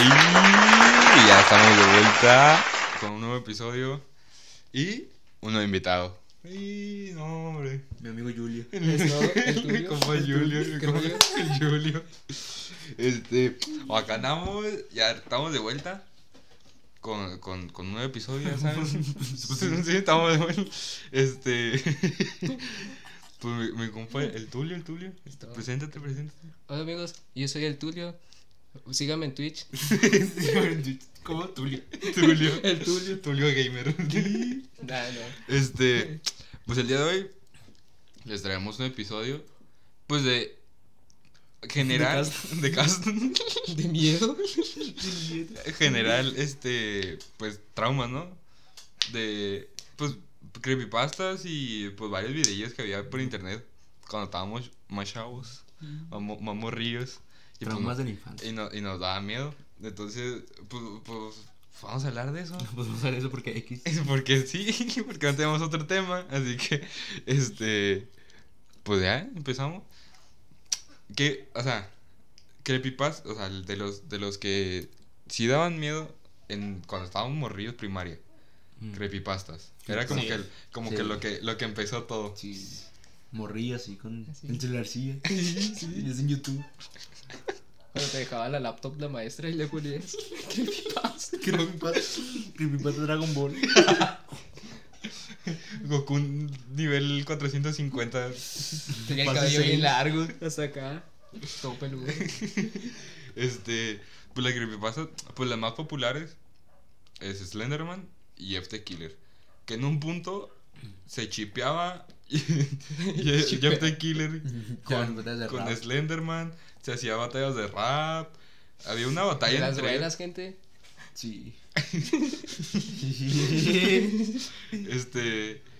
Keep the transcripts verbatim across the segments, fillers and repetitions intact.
Y ya estamos de vuelta con un nuevo episodio y un nuevo invitado. Y no, hombre. Mi amigo Julio. Mi compa Julio. Mi compa el Julio. Este, acá andamos, ya estamos de vuelta con, con, con un nuevo episodio, ya saben. Sí, estamos de vuelta. Este, pues mi, mi compa, el Tulio, el Tulio. Preséntate, preséntate. Hola amigos, yo soy el Tulio. Síganme en Twitch. ¿Cómo? Tulio. Tulio. El Tulio. Tulio Gamer. Nah, no. Este, pues el día de hoy les traemos un episodio, pues de general, de cast, ¿De miedo? general, este, pues traumas, ¿no? De, pues creepypastas y pues varios videillos que había por internet cuando estábamos más chavos, más, mo- más morrillos. Y Traumas pues, de la infancia. y, no, y nos daba miedo. Entonces, pues, pues vamos a hablar de eso. Pues vamos a ver eso porque X. Es porque sí, porque no tenemos otro tema, así que, este, pues ya, empezamos. Que, o sea, creepypastas, o sea, de los, de los que sí daban miedo en, cuando estábamos morrillos primaria, Mm. creepypastas. Era como Sí. que, el- como Sí. que lo que, lo que empezó todo. Sí. Morría así con Sí. el celularcilla. Y es en YouTube. Cuando te dejaba la laptop la maestra y le ponías creepypasta. Creepypasta. Creepypasta Dragon Ball. Goku nivel cuatrocientos cincuenta. Tenía el Fase cabello seis. bien largo hasta acá. Todo peludo. Este, pues la creepypasta, pues las más populares es Slenderman y Jeff the Killer, que en un punto se chipeaba y, y Jeff the Killer Con con, batallas de con rap. Slenderman, se hacía batallas de rap, había una De batalla las entre buenas, gente. Sí. este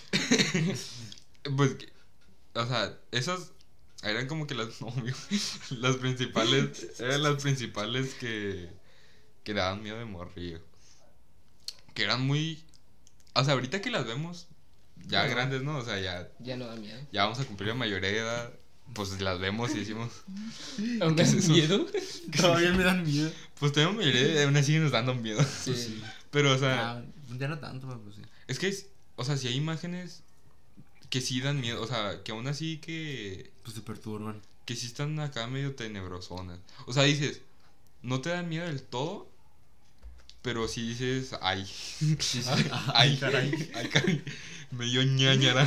pues que- o sea, esas eran como que las no, amigo, las principales, eran las principales que que daban miedo de morrillo. Que eran muy, o sea, ahorita que las vemos ya No. grandes, ¿no? O sea, ya Ya no da miedo. ya vamos a cumplir la mayoría de edad, pues las vemos y decimos, ¿Aún ¿Qué da es eso? miedo? Todavía me dan miedo. pues tenemos mayoría de edad, aún así nos dando miedo. Pues sí. Pero o sea, Ya, ya no tanto, pero pues sí. es que es, o sea, si hay imágenes que sí dan miedo, o sea, que aún así que Pues te perturban. que sí están acá medio tenebrosonas. O sea, dices, no te dan miedo del todo, pero sí dices, ay, Sí, sí. ay, caray. ay, caray, medio ñañara.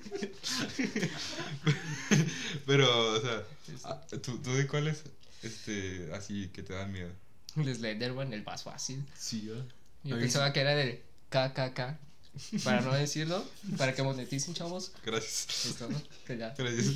Pero, o sea, ah, ¿tú, tú de cuáles, este, así que te dan miedo? El Slenderman, el más fácil. Sí, ya. Yo Ahí pensaba que era del K K K. Para no decirlo, para que moneticen, chavos. Gracias. Listo, ¿no? Que ya. Gracias.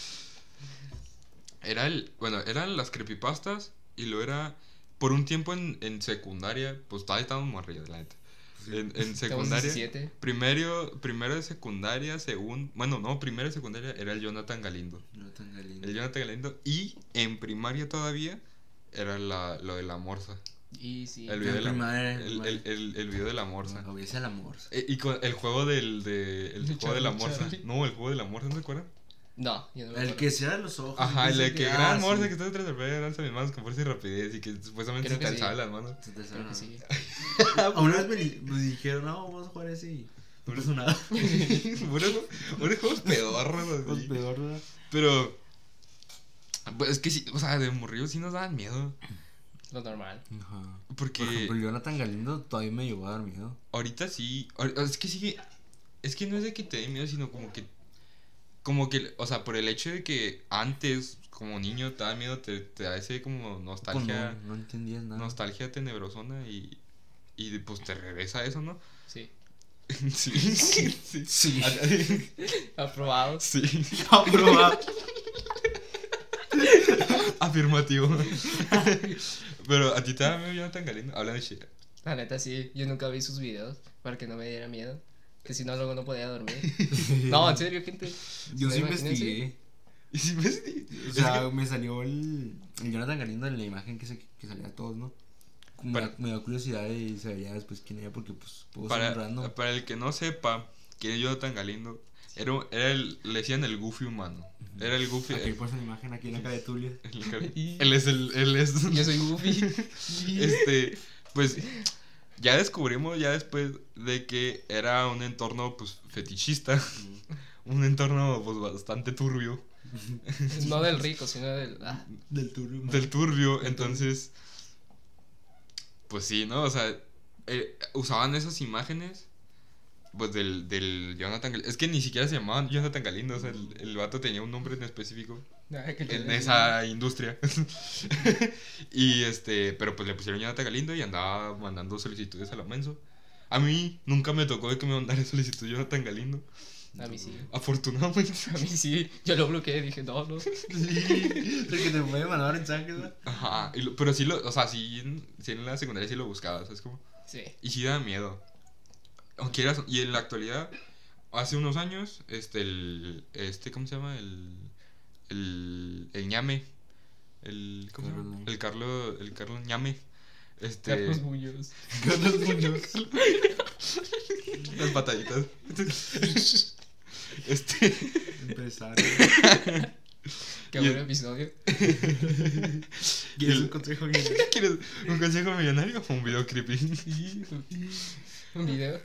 Era el, bueno, eran las creepypastas y lo era, por un tiempo en, en secundaria, pues todavía estábamos morridos, la neta. En, en Estamos secundaria, diecisiete. primero, primero de secundaria, segundo, bueno, no, primero de secundaria era el Jonathan Galindo. No tan lindo. El Jonathan Galindo, y en primaria todavía era la, lo de la morsa. Y sí. El video, En de la, primaria, en el, primaria. el, el, el video de la morsa. No, obedece al amor. Eh, y con el juego del, de, el De juego de la Charlie, morsa. Charlie. No, el juego de la morsa, ¿no se acuerdan? No, yo no me El acuerdo. que cierra los ojos. Ajá, el dice de que ah, gran sí. morsa que está detrás del bebé, lanza mis manos con fuerza y rapidez y que supuestamente Creo se te que sí. alzaban las manos. Se te Creo sale. que sí. A una vez me, li- me dijeron, no, vamos a jugar ese y no pasó nada. Puros puros juegos pedorros Pues así. peor, ¿verdad? Pero, pues es que sí, o sea, de morrillos sí nos daban miedo. Lo normal. Ajá. Porque Por ejemplo, el Jonathan Galindo todavía me llegó a dar miedo. ahorita sí, ahor- es que sí, es que no es de que te dé miedo, sino como que, como que, o sea, por el hecho de que antes, como niño, te da miedo, te, te da ese como Pues nostalgia, no, no entendías nada. nostalgia tenebrosona y, y pues te regresa eso, ¿no? Sí. Sí, sí, Sí. Aprobado. sí, Aprobado. afirmativo. Pero a ti te da miedo Jonathan Galindo, habla de shit. La neta sí, yo nunca vi sus videos para que no me diera miedo. Que si no, luego no podía dormir. No, en serio, gente. Yo sí Imagínense. investigué. Y si ves, O sea, me salió el, el Jonathan Galindo en la imagen que, se, que salía a todos, ¿no? Me, Para- da, me da curiosidad y se veía después quién era porque pues puedo ser un para, random. para el que no sepa, ¿Quién es Jonathan Galindo? Era, era el, le decían el Goofy humano. Era el Goofy. Aquí puedes una imagen aquí en la cara de Tulio. El, él es el. Él es. Yo soy Goofy. Este. Pues. Ya descubrimos ya después de que era un entorno pues fetichista. Un entorno pues bastante turbio. No del rico, sino del. Ah. Del turbio. man. Del turbio. Entonces. Pues sí, ¿no? O sea. Eh, usaban esas imágenes. Pues del, del Jonathan Galindo. Es que ni siquiera se llamaban Jonathan Galindo. O sea, el, el vato tenía un nombre en específico. Ah, que En te- esa industria. Y este, pero pues le pusieron Jonathan Galindo y andaba mandando solicitudes a la menso. A mí nunca me tocó de que me mandara solicitud Jonathan Galindo. A mí sí. Afortunadamente. A mí sí. Yo lo bloqueé, dije, no, no. Sí, porque te puede mandar mensajes, ¿verdad? Ajá. y lo- pero sí lo, o sea, sí en, sí en la secundaria sí lo buscaba, ¿sabes cómo? Sí. Y sí da miedo. Aunque era, y en la actualidad, hace unos años, este, el, este, ¿cómo se llama? El, el, el ñame. El, ¿cómo se Carlos llama? Ñame. El Carlos, el Carlos ñame. Este. Carlos Muñoz. Carlos Muñoz. Las pataditas. Este. Empresario. Qué Y buen el- episodio. ¿Quieres un consejo bien? ¿Quieres un consejo millonario o un video creepy? Un video.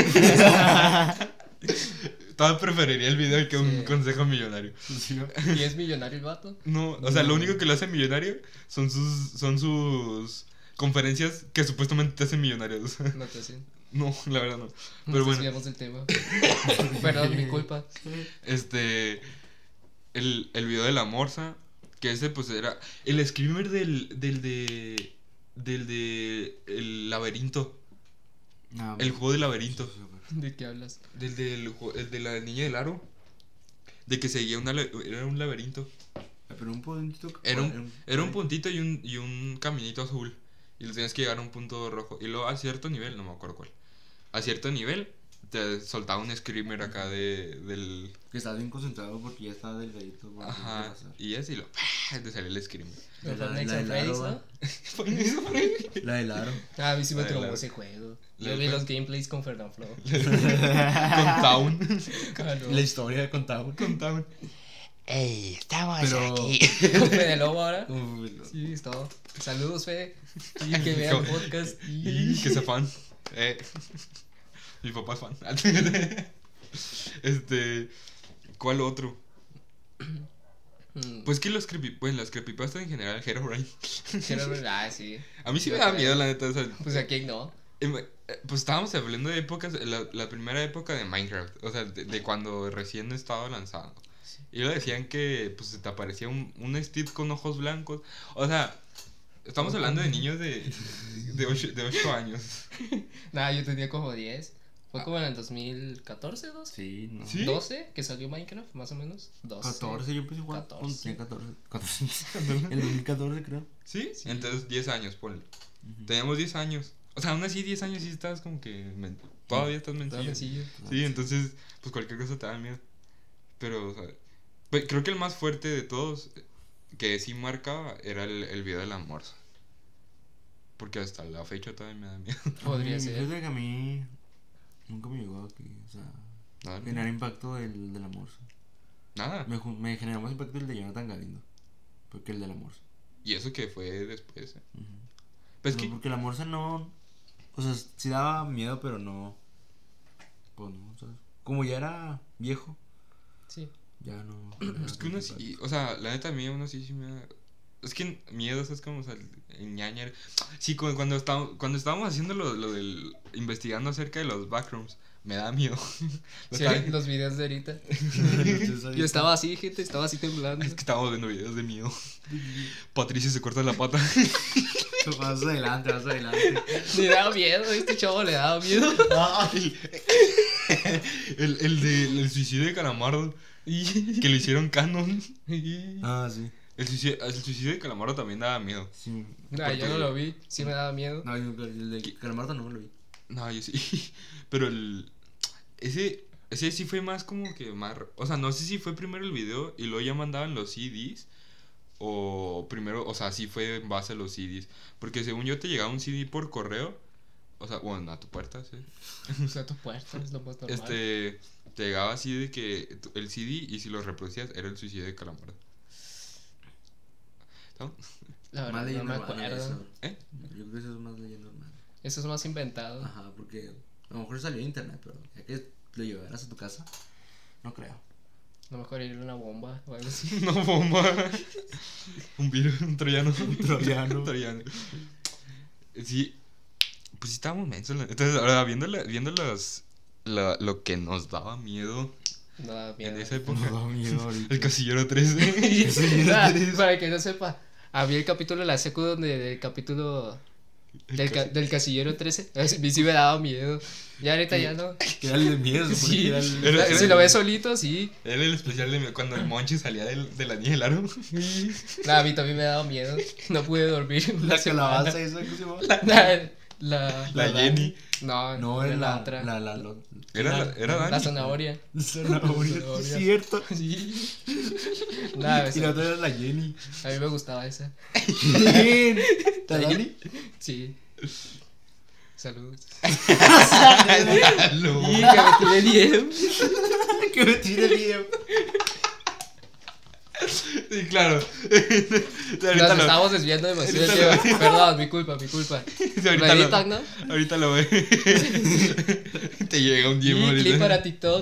Todavía preferiría el video que un Sí. consejo millonario. Sí, ¿Y es millonario el vato? No, o sea, lo único que lo hace millonario son sus son sus conferencias que supuestamente te hacen millonario. O sea, No te hacen. no, la verdad no. Nos Pero bueno, desviamos del tema. Perdón, mi culpa. este el, el video de la morsa, que ese pues era el screamer del del de del de el laberinto, No, el juego del laberinto. sí, sí, sí. ¿De qué hablas? Del del ju- el de la niña del aro. De que seguía una la- era un laberinto. Ah, pero un puntito. Era un, era un puntito y un, y un caminito azul. Y lo tenías que llegar a un punto rojo. Y luego a cierto nivel, no me acuerdo cuál. A cierto nivel te soltaba un screamer acá de, del. Que estás bien concentrado porque ya está delgadito. para que no te Ajá. pasa. Y así lo. Te salía el screamer. ¿De La- Fortnite la and del Freddy's, aro, no? La del aro. Ah, a mí sí me La de traumó la- ese juego. la Yo de vi la- los gameplays con Fernanfloo. Con Town. Ah, no. La historia de contado. Con Town. Ey, estamos Pero- aquí. Con Fede Lobo ahora. Uy, no. Sí, es todo. Saludos, Fede. A que vea el podcast. Y que sea fan. Eh. Mi papá es fan. Este. ¿Cuál otro? Mm, Pues que los creepy, pues las creepypastas en general, Herobrine. quiero ver- Ah, sí. A mí sí Yo me da también. miedo, la neta. O sea, Pues a quién no. em, eh, pues estábamos hablando de épocas, la, la primera época de Minecraft, o sea, de, de cuando recién estaba lanzado. Y luego decían que pues se te aparecía un, un Steve con ojos blancos. O sea, estamos hablando de niños de, de, ocho, de ocho años. Nada, yo tenía como diez. Fue como en el dos mil catorce, doce. Sí, no. ¿Sí? doce que salió Minecraft, más o menos. doce. catorce, yo empecé a jugar. catorce. cuando tenía catorce. catorce. El dos mil catorce, creo. ¿Sí? Sí. Entonces diez años, ponle. Ujú. Teníamos diez años. O sea, aún así diez años sí estás como que... men- todavía estás Todo mencillo. sencillo. Sí, entonces, pues cualquier cosa te da miedo. Pero, o sea, pues, creo que el más fuerte de todos, eh, que sí marcaba, era el, el video de la morsa. Porque hasta la fecha todavía me da miedo. Podría Ay, ser. Fíjate que a mí nunca me llegó aquí, o sea, Nada, generar impacto el de la morsa. nada. Me, ju- me generó más impacto el de Jonathan Galindo, porque el de la morsa. Y eso que fue después. eh. Ujú. Pues No, que, porque la morsa no, o sea, sí daba miedo, pero no, pues no, ¿sabes? Como ya era viejo, Sí. ya no. es que uno sí, o sea, la neta a mí uno sí, sí me da... Es que miedo, es como, o sea, el, el ñañer. Sí, cu- cuando, estábamos, cuando estábamos haciendo lo, lo del... investigando acerca de los backrooms, me da miedo. Lo Sí, estaba- los videos de ahorita. Entonces, Yo estaba así, gente, estaba así temblando. Es que estábamos viendo videos de miedo. Patricia se corta la pata. Más adelante, más adelante. Le daba miedo, este chavo le daba miedo. El, el de el suicidio de Calamardo. Que lo hicieron canon. Ah, sí. El suicidio, el suicidio de Calamardo también daba miedo. Sí. Nah, yo no lo vi, sí me daba miedo. No, yo nunca- el de Calamardo no lo vi. No, yo sí. Pero el. Ese. Ese sí fue más como que más. O sea, no sé si fue primero el video y luego ya mandaban los C Ds. O primero, o sea, sí fue en base a los C Ds. Porque según yo te llegaba un C D por correo. O sea, bueno, a tu puerta, sí. O sea, tu puerta es lo más normal. Este, te llegaba así de que tu- el C D y si lo reproducías era el suicidio de Calamardo. ¿No? La verdad, Más no me leyenda urbana acuerdo. eso. ¿Eh? Yo creo que eso es más leyenda urbana. Eso es más inventado. Ajá, porque a lo mejor salió en internet, pero ya que lo llevaras a tu casa, no creo. A lo mejor ir una bomba o algo así. Una bomba. Un virus, un troyano. Un troyano. troyano. Sí, pues sí estábamos mensos. la- Entonces, ahora viendo, la- viendo las, la- lo que nos daba miedo No da miedo. en esa época. No da miedo ahorita. El casillero trece. Ah, para que no sepa, había el capítulo de la secu donde del capítulo del, ca- del casillero trece. A mí sí me daba miedo. Ya ahorita ya no. Que era el de miedo, se supone Sí, que era el... Era- era si el- lo ves solito, sí. Era el especial de cuando el Monchi salía del, de la niña del aro. Nah, a mí también me daba miedo. No pude dormir una La semana. calabaza esa, ¿cómo se llama? La, la, La Jenny. no, No, era era la la otra. La, la, lo- Era, la- era Dani. La zanahoria. Zanahoria, Zanahoria. es cierto. Sí. Nah, Y la otra era la Jenny. a mí me gustaba esa. ¿Quién? ¿La Dani? Sí. Saludos. Salud. Y que me tiré diez. Que me tire el video. Sí, claro. Ahorita Nos lo- estamos desviando demasiado del ahorita tema. Perdón, mi culpa, mi culpa. Sí, Lo ahorita, lo, editan, ¿no? ahorita lo ve. Te llega un Y demo clip ahorita. para TikTok.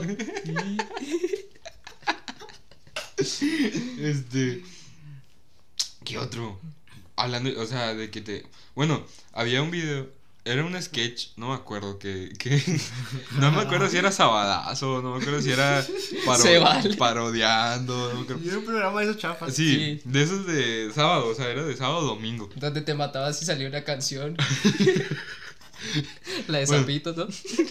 Este. ¿Qué otro? Hablando, o sea, de que te. Bueno, había un video. Era un sketch, no me acuerdo que. que no me acuerdo si era Sabadazo, no me acuerdo si era paro- Se vale. parodiando. No me acuerdo. Y era un programa de esos chafas. Sí, Sí. de esos de sábado, o sea, era de sábado a domingo. Donde te matabas y salió una canción. La de Bueno. Zapito, ¿no?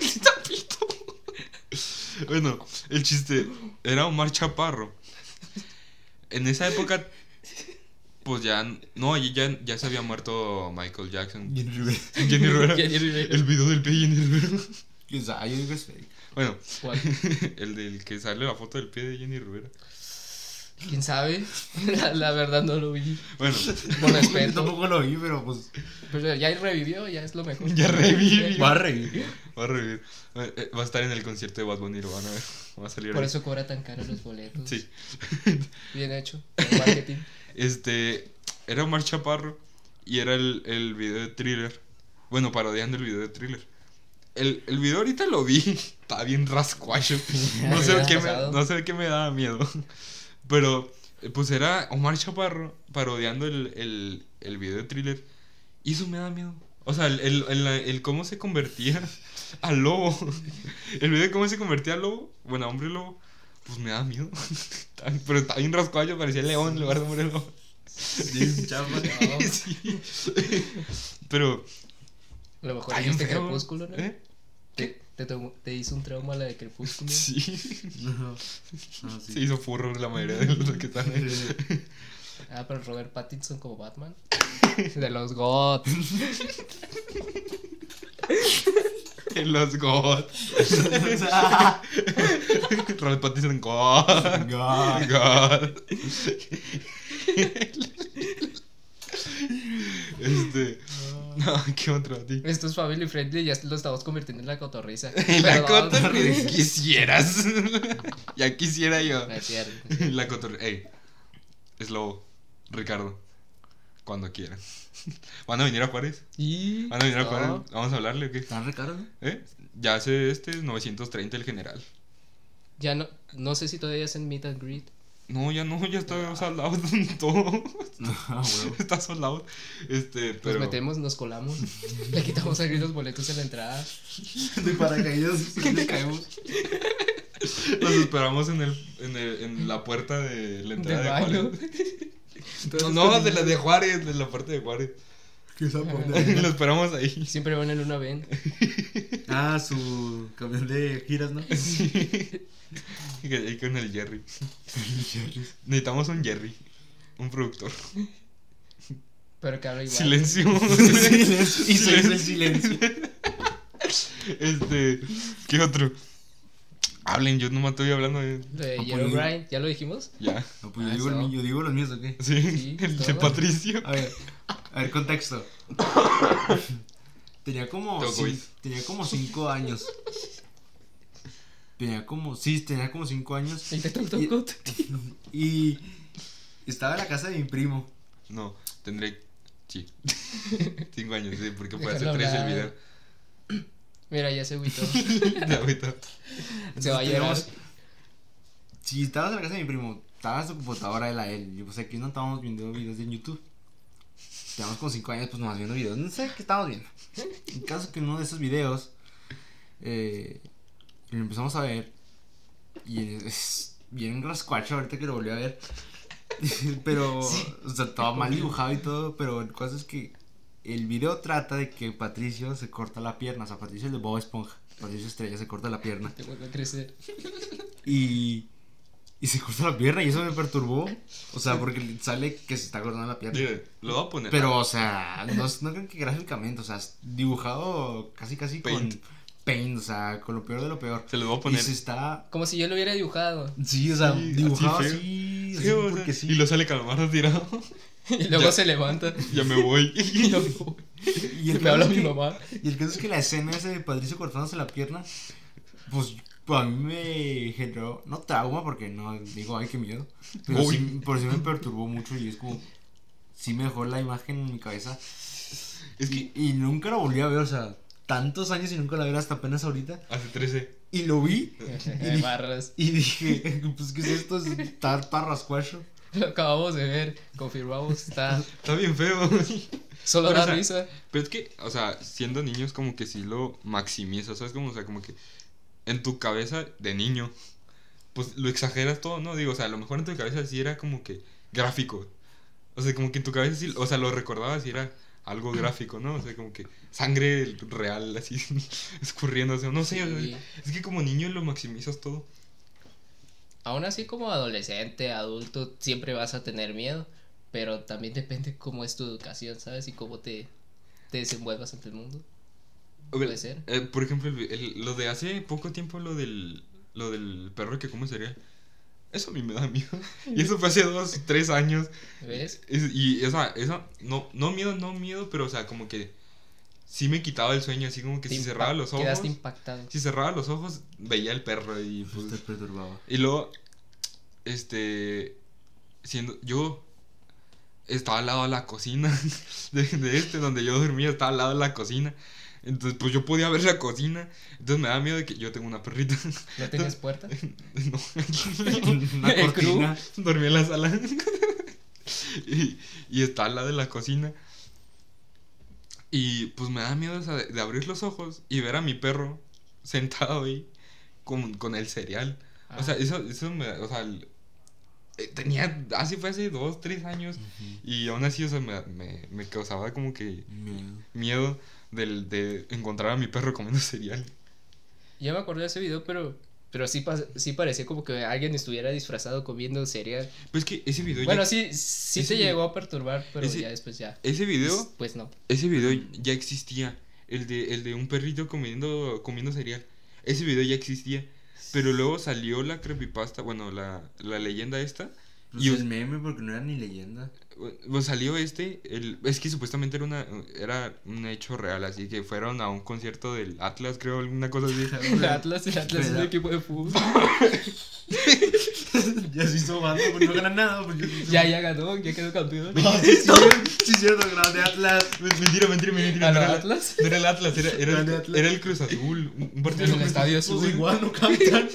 Bueno, el chiste era Omar Chaparro. En esa época, pues ya. No, allí ya, ya se había muerto Michael Jackson. Jenny Rivera. Jenny Rivera. Jenny Rivera. El video del pie de Jenny Rivera. Que sabe, yo digo que es fake. Bueno, ¿Cuál? el del que sale la foto del pie de Jenny Rivera. ¿Quién sabe? La, la verdad no lo vi. Bueno, Por Yo respeto. tampoco lo vi, pero pues. Pero ya revivió, ya es lo mejor. ya revivió. Va a reír. Va a revivir. Eh, eh, Va a estar en el concierto de Bad Bunny, lo van a ver. Va a salir Por ahí. eso cobra tan caro los boletos. Sí. Bien hecho. El marketing. Este. Era Omar Chaparro. Y era el, el video de Thriller. Bueno, parodiando el video de Thriller. El, el video ahorita lo vi. Está bien rascuacho. No sé, ¿Hubieras qué me, pasado? no sé qué me daba miedo. Pero, eh, pues era Omar Chaparro parodiando el, el, el video de Thriller. Y eso me da miedo. O sea, el, el, el, el cómo se convertía al lobo. El video de cómo se convertía al lobo. Bueno, a hombre lobo. Pues me da miedo. Pero está bien rascuacho, parecía león en lugar de hombre lobo. Sí, chafa. No. Sí. Pero. A lo mejor está bien viste feo. Crepúsculo, ¿no? ¿Eh? Te, te, tomó- te hizo un trauma la de Crepúsculo. Sí. No, no, sí. Se hizo furro la mayoría de los que están ahí. Ah, pero Robert Pattinson como Batman. De los gods. En los God. Robert Pattinson God. God. God. Este. No, ¿qué otro a ti? Esto es family friendly, ya lo estamos convirtiendo en la cotorriza. En la Perdón. cotorriza. Quisieras. Ya quisiera yo. No es cierto. La cotorriza. Ey. Es lobo. Ricardo. Cuando quieran. ¿Van a venir a Juárez? Y... ¿Van a venir a No. Juárez? ¿Vamos a hablarle o qué? ¿Están Ricardo? ¿Eh? Ya hace este novecientos treinta el general. Ya no, no sé si todavía hacen meet and greet. No, ya no, ya está soldado todo. Ah, huevo. Está soldado. Este, Nos pero. metemos, nos colamos. Le quitamos aquí los boletos en la entrada. De paracaídas le caemos. Los esperamos en el, en el, en la puerta de la entrada Del de baño. Juárez. No, no, de la de Juárez, de la puerta de Juárez. ¿Qué sapo? Lo esperamos ahí. Siempre van en una ven. Ah, su camión de giras, ¿no? Sí. Y que- ahí con el Jerry. Necesitamos un Jerry. Un productor. Pero que habla igual. Silencio. Silencio. Y se hizo el silencio. Este. ¿Qué otro? Hablen, yo nomás estoy hablando de. De Ah, Yellow pues, Brian, ¿ya lo dijimos? Ya. No, pues yo Ah, digo, el eso. mío, yo digo los míos, ¿o qué? Sí. Sí, El de todo. Patricio. A ver, a ver, contexto. Tenía como. Todo Sí, COVID. tenía como cinco años. Tenía como. Sí, tenía como cinco años. Y te tocó. Y, y estaba en la casa de mi primo. No, tendré. Sí. Cinco años, sí, porque fue hace Déjalo tres el hablar. video. Mira, ya se agüitó. De ahorita. Se va a llorar. Teníamos- Sí, estabas en la casa de mi primo. Estaba en su computadora él a él. Y pues aquí no estábamos viendo videos en YouTube. Teníamos como cinco años, pues nomás viendo videos. No sé qué estábamos viendo. El caso es que en uno de esos videos. Eh, lo empezamos a ver. Y es bien rascuacho ahorita que lo volví a ver. Pero, o sea, estaba mal dibujado y todo. Pero el caso es que el video trata de que Patricio se corta la pierna. O sea, Patricio es de Bob Esponja. Patricio Estrella se corta la pierna. Te vuelve a crecer. Y, y se corta la pierna y eso me perturbó. O sea, porque sale que se está cortando la pierna. Mire, lo voy a poner. Pero, o sea, no, no creo que gráficamente, o sea, es dibujado casi casi Paint. con paint, o sea, con lo peor de lo peor. Se lo voy a Y poner. se está... Como si yo lo hubiera dibujado. Sí, o sea, Sí, dibujado así así, feo. así, Sí, o sea, porque sí. Y lo sale Calamardo tirado. Y luego Ya. se levanta. Ya me voy. Y yo me voy. Y el Me habla caso es mi que- mamá. Y el caso es que la escena esa de Patricio cortándose la pierna, pues, pues a mí me generó, no trauma porque no digo, ay, qué miedo, pero Uy. sí, pero sí me perturbó mucho y es como, sí me dejó la imagen en mi cabeza. Es que Y, y nunca lo volví a ver, o sea, tantos años y nunca la vi hasta apenas ahorita. hace trece. Y lo vi Eh, Barras. y dije, pues, ¿qué es esto? Es estar parrascuacho. Lo acabamos de ver. Confirmamos. Está. Está bien feo. Solo Pero, da o sea, risa. Pero es que, o sea, siendo niños como que sí lo maximizas, ¿sabes? Como, o sea, como que en tu cabeza de niño, pues lo exageras todo, ¿no? Digo, o sea, a lo mejor en tu cabeza sí era como que gráfico. O sea, como que en tu cabeza sí, o sea, lo recordabas y era algo gráfico, ¿no? O sea, como que sangre real así escurriéndose, no sé, o sea, Sí. es que como niño lo maximizas todo. Aún así, como adolescente, adulto, siempre vas a tener miedo. Pero también depende cómo es tu educación, ¿sabes? Y cómo te, te desenvuelvas ante el mundo. A ver, Puede ser. eh, por ejemplo, el- el- lo de hace poco tiempo, lo del, lo del perro que come cereal. Eso a mí me da miedo. Y eso fue hace dos, tres años. ¿Ves? Es- y esa, esa, no, no miedo, no miedo, pero o sea, como que sí me quitaba el sueño, así como que Te si impa- cerraba los ojos. Quedaste impactado. Si cerraba los ojos, veía el perro y pues. Te perturbaba. Y luego, este, siendo, yo estaba al lado de la cocina de, de este, donde yo dormía, estaba al lado de la cocina. Entonces, pues yo podía ver la cocina. Entonces me da miedo de que yo tengo una perrita. ¿No tenías puerta? No, Una El crew. cortina. dormí en la sala. y, y está al lado de la cocina. Y pues me da miedo, o sea, de, de abrir los ojos y ver a mi perro sentado ahí con, con el cereal. O sea, Ah. eso, eso me, o sea, el- eh, tenía, así fue hace dos, tres años. Y aún así, o sea, me, me, me causaba como que Miedo. miedo del, de encontrar a mi perro comiendo cereal. Ya me acordé de ese video, pero, pero sí, pas- sí parecía como que alguien estuviera disfrazado comiendo cereal. Pues es que ese video Bueno, ya, sí, sí ese te video- llegó a perturbar, pero ese- ya después ya. ese video, Pues no. ese video ya existía. El de, el de un perrito comiendo, comiendo cereal. Ese video ya existía. Pero luego salió la creepypasta, bueno, la, la leyenda esta. Pues Y es us- meme porque no era ni leyenda. Pues salió este, el, es que supuestamente era una era un hecho real, así que fueron a un concierto del Atlas, creo, alguna cosa así. El Atlas, el Atlas es un ¿Verdad? equipo de fútbol. Ya se hizo bando, pues no gana nada. Pues yo Ya, ya ganó, ya quedó campeón. Ah, sí, sí, sí, cierto, grande Atlas. Mentira, mentira, mentira. ¿A No los era, el- Atlas? no era el Atlas, era, era, Grande el, Atlas. era el Cruz Azul, un un partido En el Cruz estadio Azul. Pues azul. igual no cantan.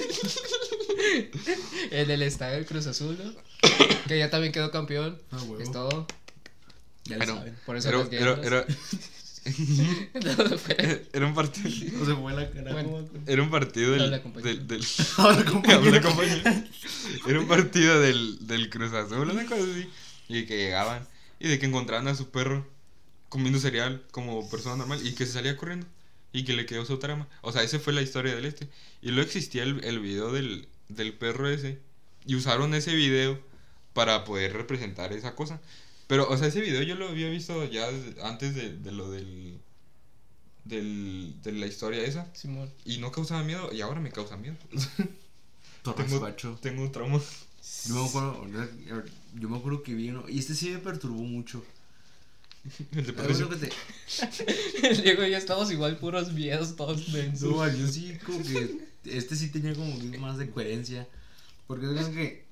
En el estadio del Cruz Azul, ¿no? Que ya también quedó campeón. Ah, huevo. Es todo. Ya lo Pero- saben. Por eso Era, las era, guerras. era, No, fue- era un partido, No se fue la cara. Bueno. era un partido del, Habla, compañero. del, del Ahora, compañero. Habla, compañero. Era un partido del, del Cruz Azul, una cosa así. Y de que llegaban y de que encontraban a su perro comiendo cereal como persona normal y que se salía corriendo y que le quedó su trama. O sea, esa fue la historia del este. Y luego existía el, el video del, del perro ese y usaron ese video para poder representar esa cosa. Pero, o sea, ese video yo lo había visto ya desde- antes de, de lo del, del. de la historia esa. Simón. Y no causaba miedo y ahora me causa miedo. Torres Tengo- Guacho. Tengo un trauma. Yo me acuerdo, yo me acuerdo que vi uno. Y este sí me perturbó mucho. El de Ay, Patricio. bueno, que El Diego y yo estamos igual puros miedos, todos te- densos. No, yo sí, como que. Este sí tenía como que más de coherencia. Porque es que.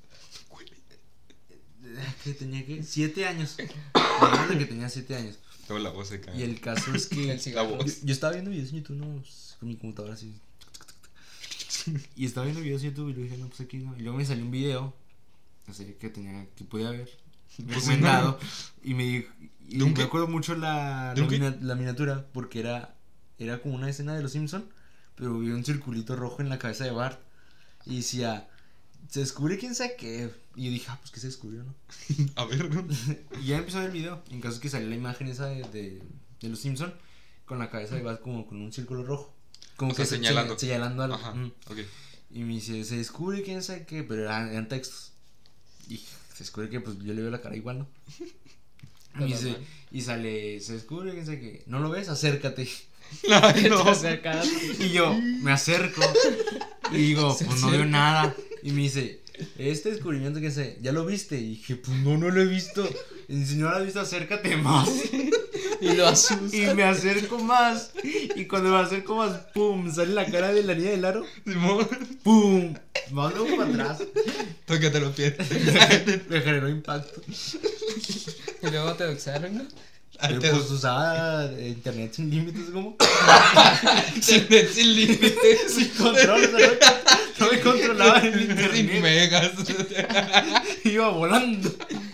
Que tenía que. Siete años. Me acuerdo que tenía siete años. Luego la voz se cae. Y el caso es que. El cigarro. La Yo, voz. yo estaba viendo videos en YouTube, ¿no? Con mi computadora así. Y estaba viendo videos en YouTube y le dije, no, pues aquí no. Y luego me salió un video, así que tenía, que podía ver, recomendado. Y me dijo, y ¿De un me qué? acuerdo mucho la, ¿De la, un qué? mina- la miniatura, porque era, era como una escena de Los Simpson, pero vi un circulito rojo en la cabeza de Bart. Y decía, se descubre quién sabe qué. Y yo dije, ah, pues que se descubrió, ¿no? A ver, ¿no? Y ya empezó a ver el video. En caso es que salió la imagen esa de, de, de Los Simpson con la cabeza de Bart como con un círculo rojo. Como O sea, se- señalando. se- señalando algo. Ajá, Mm. ok. Y me dice, se descubre quién sabe qué, pero eran, eran textos. Y se descubre que pues yo le veo la cara igual, ¿no? Y, me dice, normal. y sale, se descubre quién sabe qué. ¿No lo ves? Acércate. Ay, no. Te acercas. Y yo me acerco. Y digo, Se pues no veo acerca. nada. Y me dice, este descubrimiento que sé, ¿ya lo viste? Y dije, pues no, no lo he visto. Y dice, si no lo has visto, acércate más. Y lo asusta. Y me acerco más. Y cuando me acerco más, pum, sale la cara de la niña del aro. Simón, Pum, más luego para atrás. tócate los pies. Me generó impacto. Y luego te doxaron, ¿no? Pero Te- pues usaba internet sin límites, como. Internet sin límites. Sin control, o sea, no, no me controlaba el Sin internet. megas. Iba volando.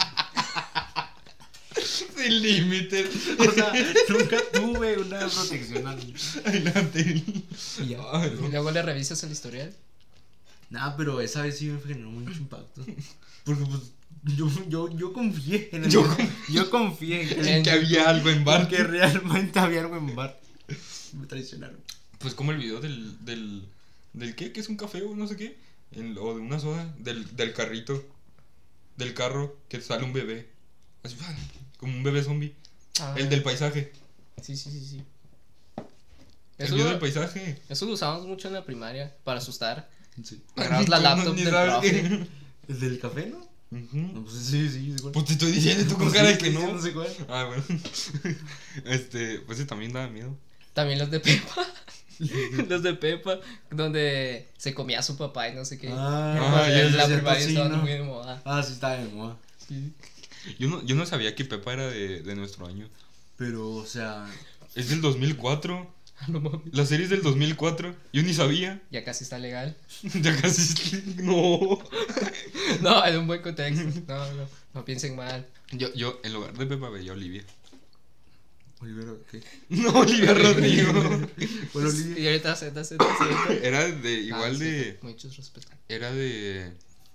Sin límites. O sea, nunca tuve una protección al. Adelante. Y ya. Ay, Y no. luego le revisas el historial. Nada, pero esa vez sí me generó mucho impacto. Porque pues yo, yo, yo confié en el Yo yo confié en que, En que había algo en bar. que realmente había algo en bar. Me traicionaron. Pues como el video del, del, del qué, que es un café o no sé qué, en- o de una soda, del, del carrito, del carro, que sale un bebé, así, ¡ah! Como un bebé zombie, Ah, el del paisaje, Sí, sí, sí, sí. el Eso, video del lo- paisaje. eso lo usamos mucho en la primaria para asustar. Sí. Agarrabas la Tú laptop ni del sabes profe. qué. ¿El del café, no? Ujú. No, pues sí, sí, sí. Pues te estoy diciendo, tú con Pues cara sí, de que sí, no. No sé cuál. Ah, bueno. Este, pues ese también daba miedo. También los de Pepa. Los de Pepa, donde se comía a su papá y no sé qué. Ah, Ah, ya, en ya, la ya, primaria sí, estaban ¿no? muy de moda. Ah, sí, estaba de moda. Sí. Yo no, yo no sabía que Pepa era de, de nuestro año. Pero, o sea. Es del dos mil cuatro. No mames. La serie es del dos mil cuatro. Yo ni sabía. Ya casi está legal. Ya casi. No. No, en un buen contexto. No, no, no piensen mal. Yo, yo, en lugar de Pepa veía a Olivia. Olivera, ¿qué? No, Olivia Rodrigo. Bueno, Y Olivia. ahorita Z, Z, Z. Era de, igual Ah, de. Z, muchos respetos. Era de.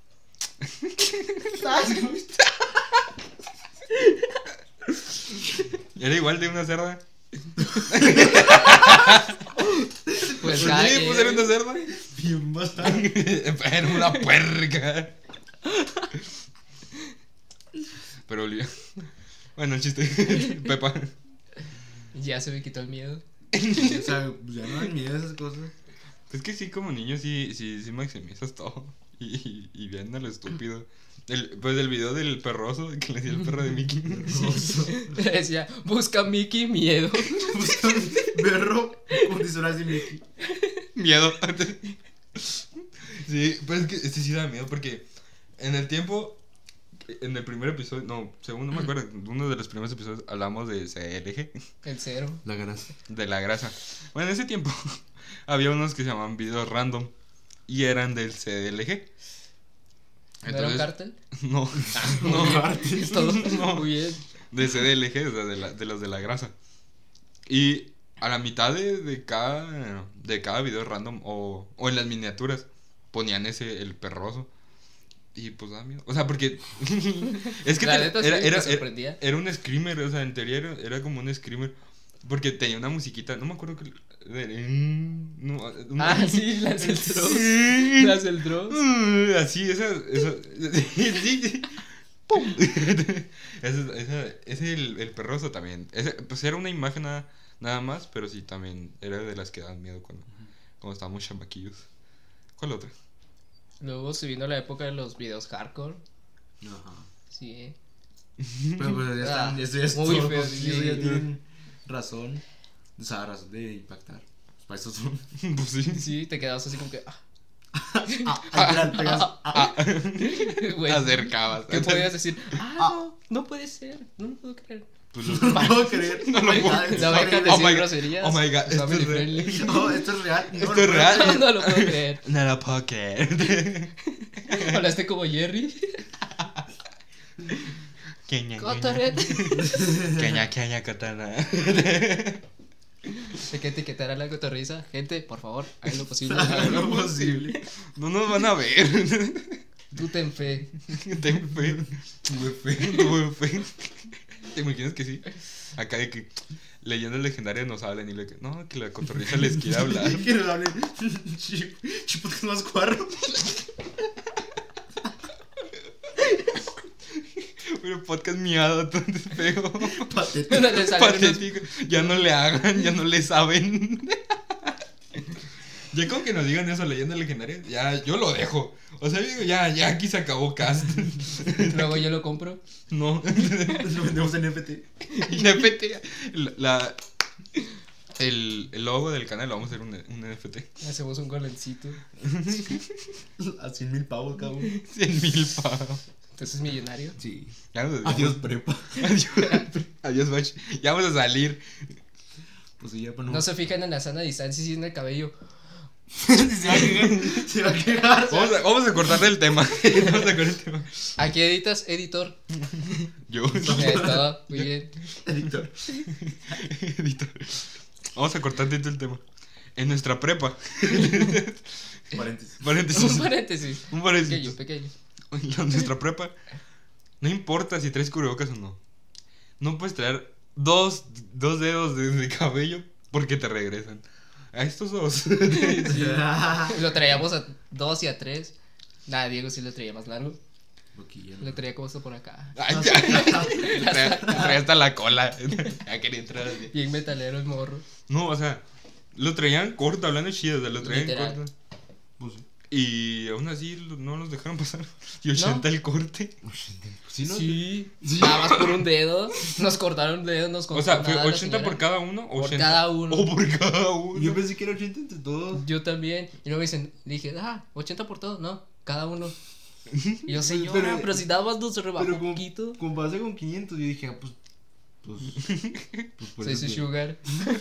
Era igual de una cerda. Pues ¿Por cada qué quien. pues era una cerda? Bien bastante. Era una puerca. Pero Olivia. Bueno, el chiste. Pepa. Ya se me quitó el miedo. O sea, pues ya no dan miedo esas cosas. Es que sí, como niño, sí, sí, sí maximizas todo. Y, y, y bien a lo estúpido. El, pues el video del perroso que le dio el perro de Mickey. Decía, busca Mickey miedo. Berro con disfraz de Mickey. Miedo. Sí, pues es que este sí da miedo porque en el tiempo, en el primer episodio, no, segundo, no me acuerdo, uno de los primeros episodios hablamos de C L G, El cero. La grasa. de la grasa. Bueno, en ese tiempo había unos que se llamaban videos random y eran del C L G. ¿No era un cártel? No, no, Todo no. muy bien. De C D L G, o sea, de, la, de los de la grasa. Y a la mitad de, de cada de cada video random o, o en las miniaturas ponían ese, el perroso. Y pues da miedo. O sea, porque es que La te- neta sí era, me era, era, sorprendía. era un screamer, o sea, en teoría era, era como un screamer. Porque tenía una musiquita, no me acuerdo que... de- mm, no, una- Ah, sí, las del Dross. Sí. Las del Dross. Uh, Así, esa, esa, sí, sí. ¡Pum! Ese, esa, ese es el, el perroso también. Ese, pues era una imagen nada, nada más, pero sí también era de las que dan miedo cuando, cuando estábamos chamaquillos. ¿Cuál otra? Luego subiendo la época de los videos hardcore. Ajá. Sí. Pero pues ya están, Ah, eso ya es muy todo, feo, sí, sí. eso ya tienen razón. O sea, razón de impactar. Pues para eso son. Pues sí. Sí, te quedabas así como que. Ah, Ah, literal, pegas. Ah, güey. Acercabas. ¿Qué podías decir? Ah, no, no puede ser. No lo puedo creer. Pues los- no puedo creer. No lo puedo Ah, creer. No esto me es dejan real. Oh decir my God. groserías. Oh my God, esto Family es real. friendly. No, esto es real. No, Esto no es real. puedo No lo puedo creer. No lo puedo creer. Hablaste como Jerry. Queña, Cotoret. queña, queña, katana. Hay que etiquetar a la cotorriza. Gente, por favor, hagan lo posible. creer. Lo posible. No nos van a ver. Tú ten fe. Ten fe. Tuve fe. Tuve fe. ¿Te imaginas que sí? Acá de que leyendas legendarias nos hablan y le que no, que la cotorriza les quiere hablar. Que nos hablen. Chip- Chipotes más cuarro. Pero podcast miado, todo feo. Patético. No le salen unos- Patético. Ya no le hagan, ya no le saben. Ya con que nos digan eso, leyendas legendarias, ya yo lo dejo. O sea, yo digo, ya, ya aquí se acabó cast. Luego yo lo compro. No. Lo vendemos en N F T. Y N F T, la, el, el logo del canal lo vamos a hacer un, un N F T. Hacemos un golencito. A cien mil pavos cada uno. cien mil pavos. Entonces es millonario. Sí. Ya nos desviamos. Adiós, prepa. Adiós. Adiós, Bach. Ya vamos a salir. Pues sí, ya ponemos. No se fijan en la sana distancia y en el cabello. se va a quejar. Se va a quejar. Vamos a, vamos a cortarle el tema. Vamos a cortar el tema. Aquí editas, editor. Yo. Eh, todo, muy bien. Editor. Editor. Vamos a cortar dentro el tema. En nuestra prepa. Paréntesis. Paréntesis. Un paréntesis. Un paréntesis. Pequeño, pequeño. En nuestra prepa. No importa si traes cubrebocas o no. No puedes traer dos, dos dedos de, de cabello porque te regresan. A estos dos. Lo traíamos a dos y a tres. Nada, Diego sí lo traía más largo. Boquilla. Lo traía como esto por acá. Ay, ya. Traía, traía hasta la cola. Ya quería entrar así. Bien metalero el morro. No, o sea, lo traían corto, hablando chido, o sea, lo traían Literal. corto. Pues Y aún así lo- no los dejaron pasar. Y ochenta el corte. sí, ¿no? Sí. Nada más por un dedo. Nos cortaron un dedo, nos O cortó sea, ¿fue nada la ochenta por señora. cada uno? Por ochenta cada uno. O por cada uno. Yo pensé que era ochenta entre todos. Yo también. Y luego me dicen, le dije, ah, ochenta por todo. No, cada uno. Y yo, señora, Pero- pero, si nada más nos rebajó Pero un con, poquito. con base con quinientos, yo dije, ah, pues. Pues. Pues por Soy eso su que- sugar.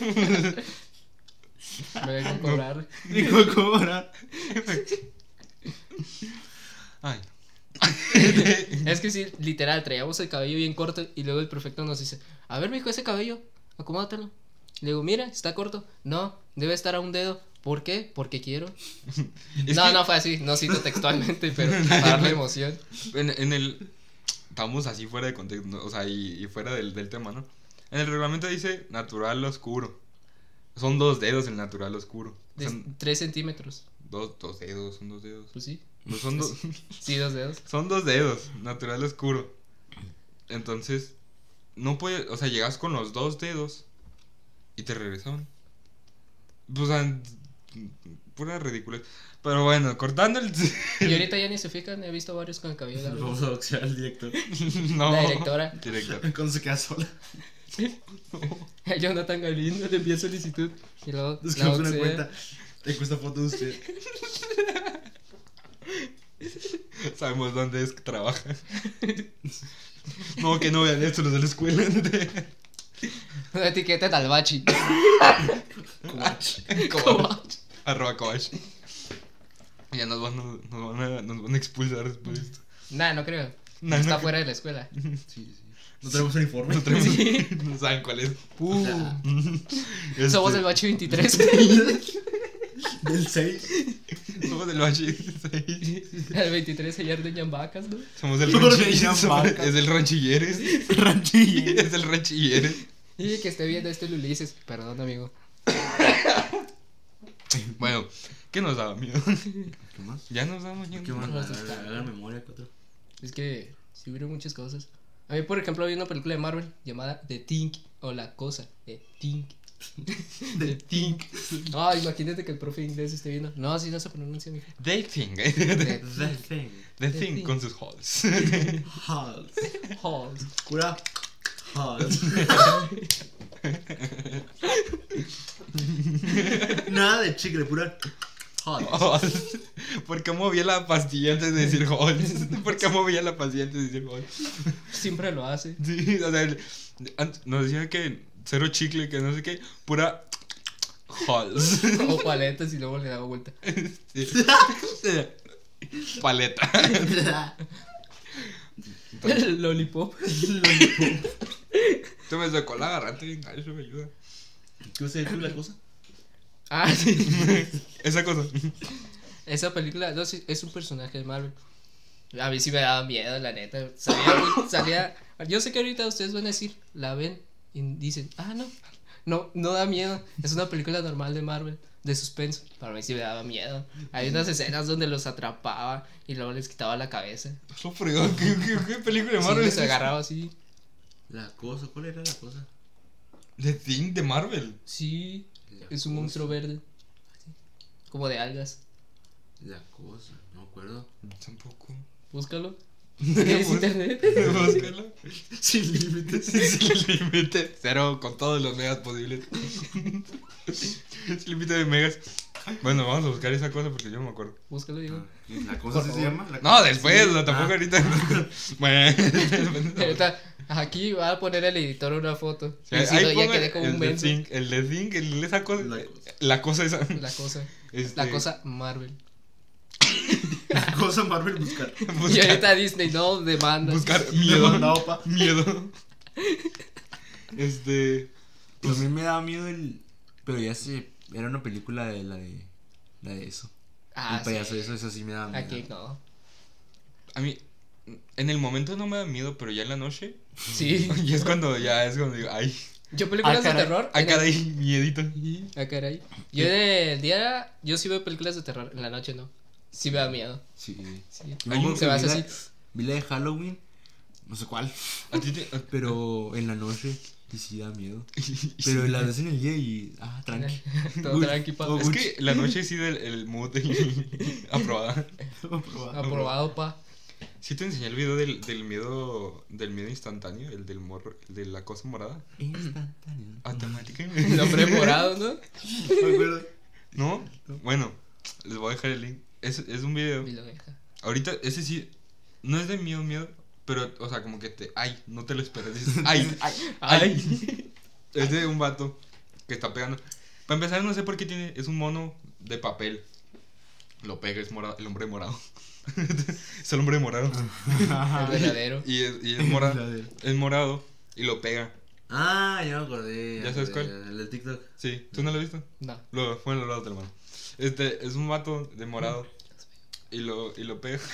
Me vengo a cobrar. Dijo, cobra. Ay. Es que sí, literal, traíamos el cabello bien corto y luego el prefecto nos dice, a ver, mijo, ese cabello, acomódatelo. Le digo, mira, está corto. No, debe estar a un dedo. ¿Por qué? Porque quiero. Es no, que no fue así, no cito textualmente, pero para darle emoción. En, en el. Estamos así fuera de contexto, ¿no? O sea, y, y fuera del, del tema, ¿no? En el reglamento dice natural oscuro. Son dos dedos el natural oscuro. O De sea, tres centímetros. dos, dos dedos, son dos dedos. Pues sí. No son dos. Sí, dos dedos. Son dos dedos, natural oscuro. Entonces, no puede, o sea, llegas con los dos dedos y te regresaban. Pues, o sea, pura ridícula. Pero bueno, cortando el. Y ahorita ya ni se fijan, he visto varios con el cabello largo. Vamos a boxear al director. No. La directora. Director. Cuando se queda sola. Jonathan Galindo le envía solicitud. Y luego la Descargamos una boxea. cuenta. Te cuesta foto de usted. Sabemos dónde es que trabaja. No, que no vean esto los de la escuela. Una etiqueta de Albachi. Cobach. Arroba Cobach. Ya nos van, a- nos, van a, nos van a expulsar después de esto. Nah, no creo. Nah, Está no- fuera de la escuela. Sí, sí. No tenemos uniforme. No, tenemos- no saben cuál es. Uh, Este, somos el Bachi veintitrés. Del seis. Somos del Bachi seis. El veintitrés se ordeñan vacas, ¿no? Somos del Todos Ranchilleres. venían vacas. Es del Ranchilleres. Ranchilla. Es del Ranchilleres. Y que esté viendo esto el Ulises. Perdón, amigo. Bueno, ¿qué nos daba miedo? ¿Qué más? Ya nos damos miedo. ¿Qué más? No, Hagan eso está- hagan memoria, cuatro. Es que sí hubieron muchas cosas. A mí, por ejemplo, había una película de Marvel llamada The Thing o La Cosa. The Thing. The Thing. Ah, imagínate que el profe de inglés esté viendo. No, así no se pronuncia, mijo. The Thing. The- The Thing. The The Thing Thing. con sus halls. Halls. Halls. Pura Halls. Nada de chicle, pura Halls. Halls. ¿Por qué movía la pastilla antes de decir halls? ¿Por qué movía la pastilla antes de decir halls? Siempre lo hace. Sí, o sea, el- ant- nos decía que cero chicle, que no sé qué, pura halls. O paletas y luego le daba vuelta. Sí. Paleta. Lollipop. Tú me sacó la garganta y eso me ayuda. ¿Qué vas a decir la cosa? Ah, sí. Esa cosa. Esa película, no, sí, es un personaje de Marvel. A mí sí me daba miedo, la neta. Salía, muy- salía. Yo sé que ahorita ustedes van a decir, la ven y dicen, ah, no. No, no da miedo. Es una película normal de Marvel, de suspenso. Para mí sí me daba miedo. Hay unas escenas donde los atrapaba y luego les quitaba la cabeza. Eso fregó. ¿Qué, qué, qué película de Sí, Marvel les es esa? agarraba así. La cosa, ¿cuál era la cosa? The Thing de Marvel. Sí, La es un cosa. monstruo verde. Así, como de algas. La cosa, no me acuerdo. Tampoco. Búscalo. ¿Tienes Bus- internet? Búscalo. Sin límites. Sin límite. Cero con todos los megas posibles. Sin límite de megas. Bueno, vamos a buscar esa cosa porque yo no me acuerdo. Búscalo, digo. ¿La cosa Por sí se favor. llama? ¿La No, cosa? después, Sí. no, tampoco Ah. ahorita. Bueno. Ahorita, aquí va a poner el editor una foto. Sí, Y si ahí no, ya ponga quedé como el un The menso. Thing, el The Thing, el, esa cosa. La La cosa. cosa, esa. La cosa. Este, La cosa Marvel. La cosa Marvel buscar. Y Buscar, ahorita Disney, no, demanda. buscar Miedo. miedo. pa. Miedo. Este. Pues a mí me daba miedo el. Pero ya sé. Era una película de la de. La de eso. Ah, el payaso, sí. eso, eso sí me daba miedo. Aquí no. A mí. En el momento no me da miedo, pero ya en la noche. Sí. Y es cuando ya es cuando digo, ay. Yo películas Ah, caray. de terror. Ay, en el- caray, miedito. Ah, caray. Yo en el día, yo sí veo películas de terror. En la noche no. Sí me da miedo. Sí. Sí. Yo me Hay acuerdo un- que se va a vi hacer la- así. Vi la de Halloween. No sé cuál. A ti te. a- Pero en la noche. Y sí da miedo. y- Pero la ves en el día y. Ah, tranqui. Todo Uy, tranqui, pa. todo Es que la noche sí del el mood aprobada. Aprobado, pa. Sí te enseñé el video del, del miedo del miedo instantáneo, el del morro, el de la cosa morada. Instantáneo. Automática. El hombre morado, ¿no? Me acuerdo. ¿No? Bueno, les voy a dejar el link. Es, es un video. Y lo deja. Ahorita, ese sí, no es de miedo, miedo, pero, o sea, como que te, ay, no te lo esperas. Dices, ay, ay, ay. Es de un vato que está pegando. Para empezar, no sé por qué tiene, es un mono de papel. Lo pega, es morado, el hombre morado. Es el hombre morado. El verdadero. Y es, y es morado. Es morado y lo pega. Ah, ya me acordé. ¿Ya sabes el- cuál? El del TikTok. Sí, ¿tú no lo has visto? No. Lo, fue en los lados de la mano. Este, es un vato de morado. Y lo, y lo pega.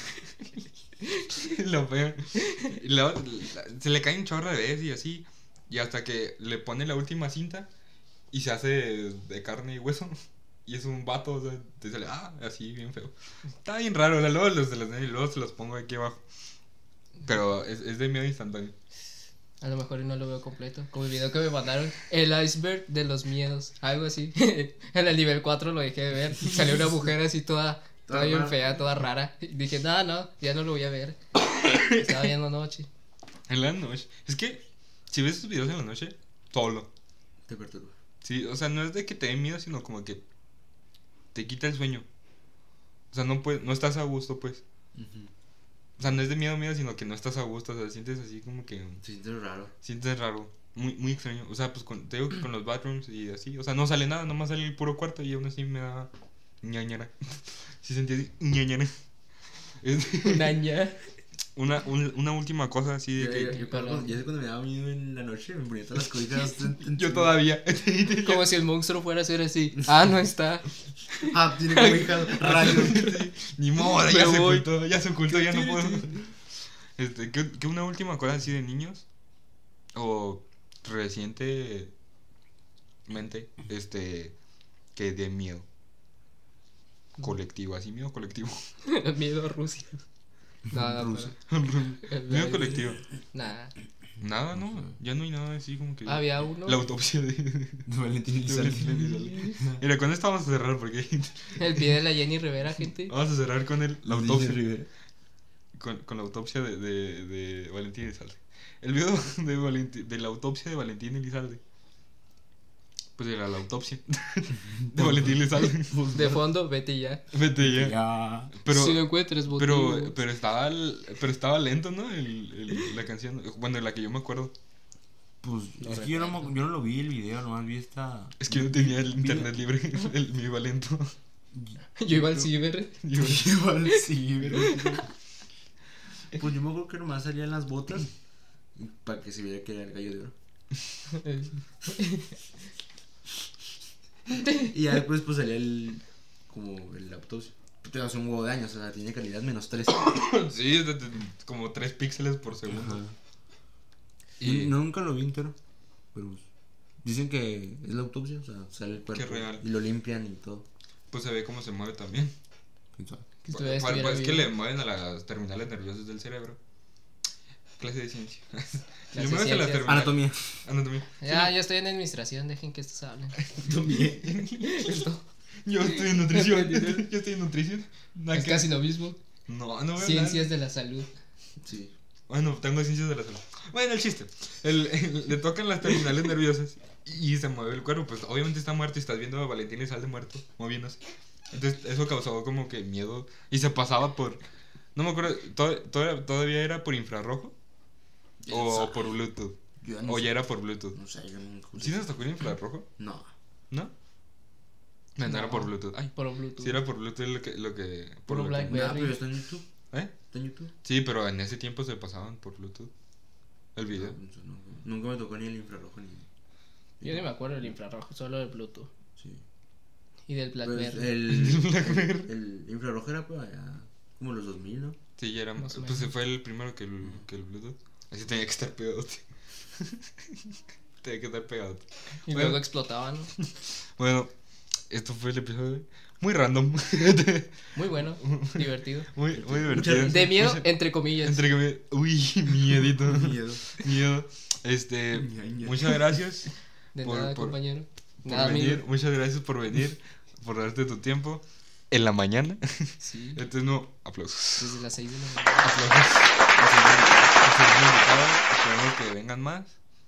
Y lo pega. Y luego, la- se le cae un chorro de veces y así. Y hasta que le pone la última cinta. Y se hace de, de carne y hueso. Y es un vato, o sea, te sale, ah, así, bien feo. Está bien raro, o sea, luego los, de los, y luego se los pongo aquí abajo. Pero es, es de miedo instantáneo. A lo mejor no lo veo completo. Como el video que me mandaron. El iceberg de los miedos. Algo así. En el nivel cuatro lo dejé de ver. Salió una mujer así toda. Toda Toda bien rara. fea, toda rara. Y dije, no, no, ya no lo voy a ver. Estaba viendo noche. En la noche. Es que, si ves estos videos en la noche, solo. Te perturba. Sí, o sea, no es de que te dé miedo, sino como que te quita el sueño. O sea, no puedes, no estás a gusto, pues. O sea, no es de miedo, miedo, sino que no estás a gusto. O sea, sientes así como que. Se siente raro. Sientes raro. Muy, muy extraño. O sea, pues con, te digo que con los bathrooms y así. O sea, no sale nada, nomás sale el puro cuarto y aún así me da ñañara. Sí sentí así, ñañara. Es- Una ña. Una, un- una última cosa así de Yo, yo, que. yo cuando, ya sé cuando me daba miedo en la noche, me ponía todas las cobijas. en- en- Yo todavía. Como si el monstruo fuera a ser así. Ah, no está. Ah, tiene cobijas, rayos. Sí, ni modo, Me ya se voy. ocultó, ya se ocultó, ya no puedo. Este, ¿qué, qué una última cosa así de niños? O recientemente, este, que de miedo. Colectivo, así miedo colectivo. Miedo a Rusia. Nada, Rusia. pero- Miedo colectivo. Nada. Nada, no, ya no hay nada así como que... Había uno. La autopsia de... De Valentín de Elizalde. Valentín Elizalde. Mira, con esto vamos a cerrar porque... El pie de la Jenny Rivera, gente. Vamos a cerrar con el, la Dice autopsia. Rivera. Con, con la autopsia de, de, de Valentín Elizalde. El video de, Valenti- de la autopsia de Valentín Elizalde. Pues era la autopsia de Valentín Elizalde. De fondo, vete ya. Vete ya. Ya. Pero, si no encuentres motivos. pero, pero estaba el- pero estaba lento, ¿no? El, el- la canción. Bueno, la que yo me acuerdo. Pues No es que yo no, me- yo no lo vi el video, nomás vi esta. Es que yo tenía el Vi- internet libre. El, me iba lento. Yo iba al ciber. Yo- Igual sí, pero. Pues yo me acuerdo que nomás salían las botas para que se viera que era el gallo de oro. Y ya después pues salía el. Como el autopsia. Te hace un huevo de años, o sea, tiene calidad menos tres. Sí, es de- de- como tres píxeles por segundo. Ajá. Y No, nunca lo vi entero. Pero pues, dicen que es la autopsia, o sea, sale el cuerpo. Qué real. Y lo limpian y todo. pues se ve cómo se mueve también. ¿Quién sabe? Que Pa- todavía pa- estuviera es que vivo. le mueven a las terminales nerviosas del cerebro. Clase de ciencia. Si Clase le mueves a las de ciencias. terminales. Anatomía. Anatomía. Ya, yo estoy en administración, dejen que estos hablen. También. Esto Yo estoy en nutrición. Yo estoy en nutrición. Nada es que- casi lo mismo. No, no veo Ciencias nada. de la salud. Sí. Bueno, tengo ciencias de la salud. Bueno, el chiste. El, el- le tocan las terminales nerviosas y se mueve el cuerpo. Pues obviamente está muerto y estás viendo a Valentín Elizalde muerto, moviéndose. Entonces eso causó como que miedo y se pasaba por... No me acuerdo, ¿to- to- ¿todavía era por infrarrojo? ¿O por Bluetooth? Yo no ¿O sé. ya era por Bluetooth? No sé, yo nunca. ¿Sí nos tocó el infrarrojo? No. ¿No? No, no era No. por Bluetooth. Ay, Por Bluetooth. sí era por Bluetooth lo que... Lo que por Puro lo que- Blackberry. Nada, pero está en YouTube. ¿Eh? Está en YouTube. Sí, pero en ese tiempo se pasaban por Bluetooth. El video. No, pues, no, nunca me tocó ni el infrarrojo ni. Yo ni me acuerdo del infrarrojo, solo del Bluetooth. Sí. Y del Pues Blackberry. el, el, el infrarrojo era pues allá como los dos mil, ¿no? Sí, ya era... Más o Pues menos. fue el primero que el, que el Bluetooth. Así tenía que estar pegado. Tenía que estar pegado. Y bueno. luego explotaba, ¿no? Bueno, esto fue el episodio muy random. Muy bueno, divertido. muy, muy divertido. De miedo, Mucha- entre comillas. entre comillas. Uy, miedito. Miedo. Miedo. Este, Ña, ña. muchas gracias De por- nada, por- compañero. por Nada, venir. amigo. Muchas gracias por venir, por darte tu tiempo en la mañana. Sí, Entonces, no, aplausos. desde las seis de la mañana. Aplausos. Por ser- por ser mi invitado. Esperemos que vengan más.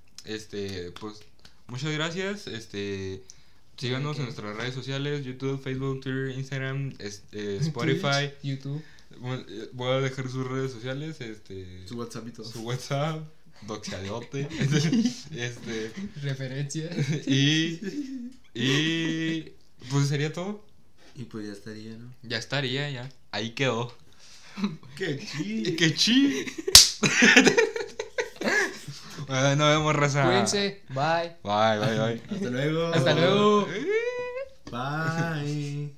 Este, pues, muchas gracias. Este, síganos en nuestras redes sociales: YouTube, Facebook, Twitter, Instagram, este, Spotify. Twitch, YouTube. Bueno, eh, voy a dejar sus redes sociales, este, Su WhatsApp y todo. su WhatsApp, doxadote, este, Referencia. y, y, pues sería todo. Y pues ya estaría, ¿no? Ya estaría, ya, ahí quedó. ¡Qué chido! ¡Qué chi! Bueno, nos vemos, raza. Cuídense. Bye. Bye, bye, bye. Hasta luego. Hasta luego. Bye.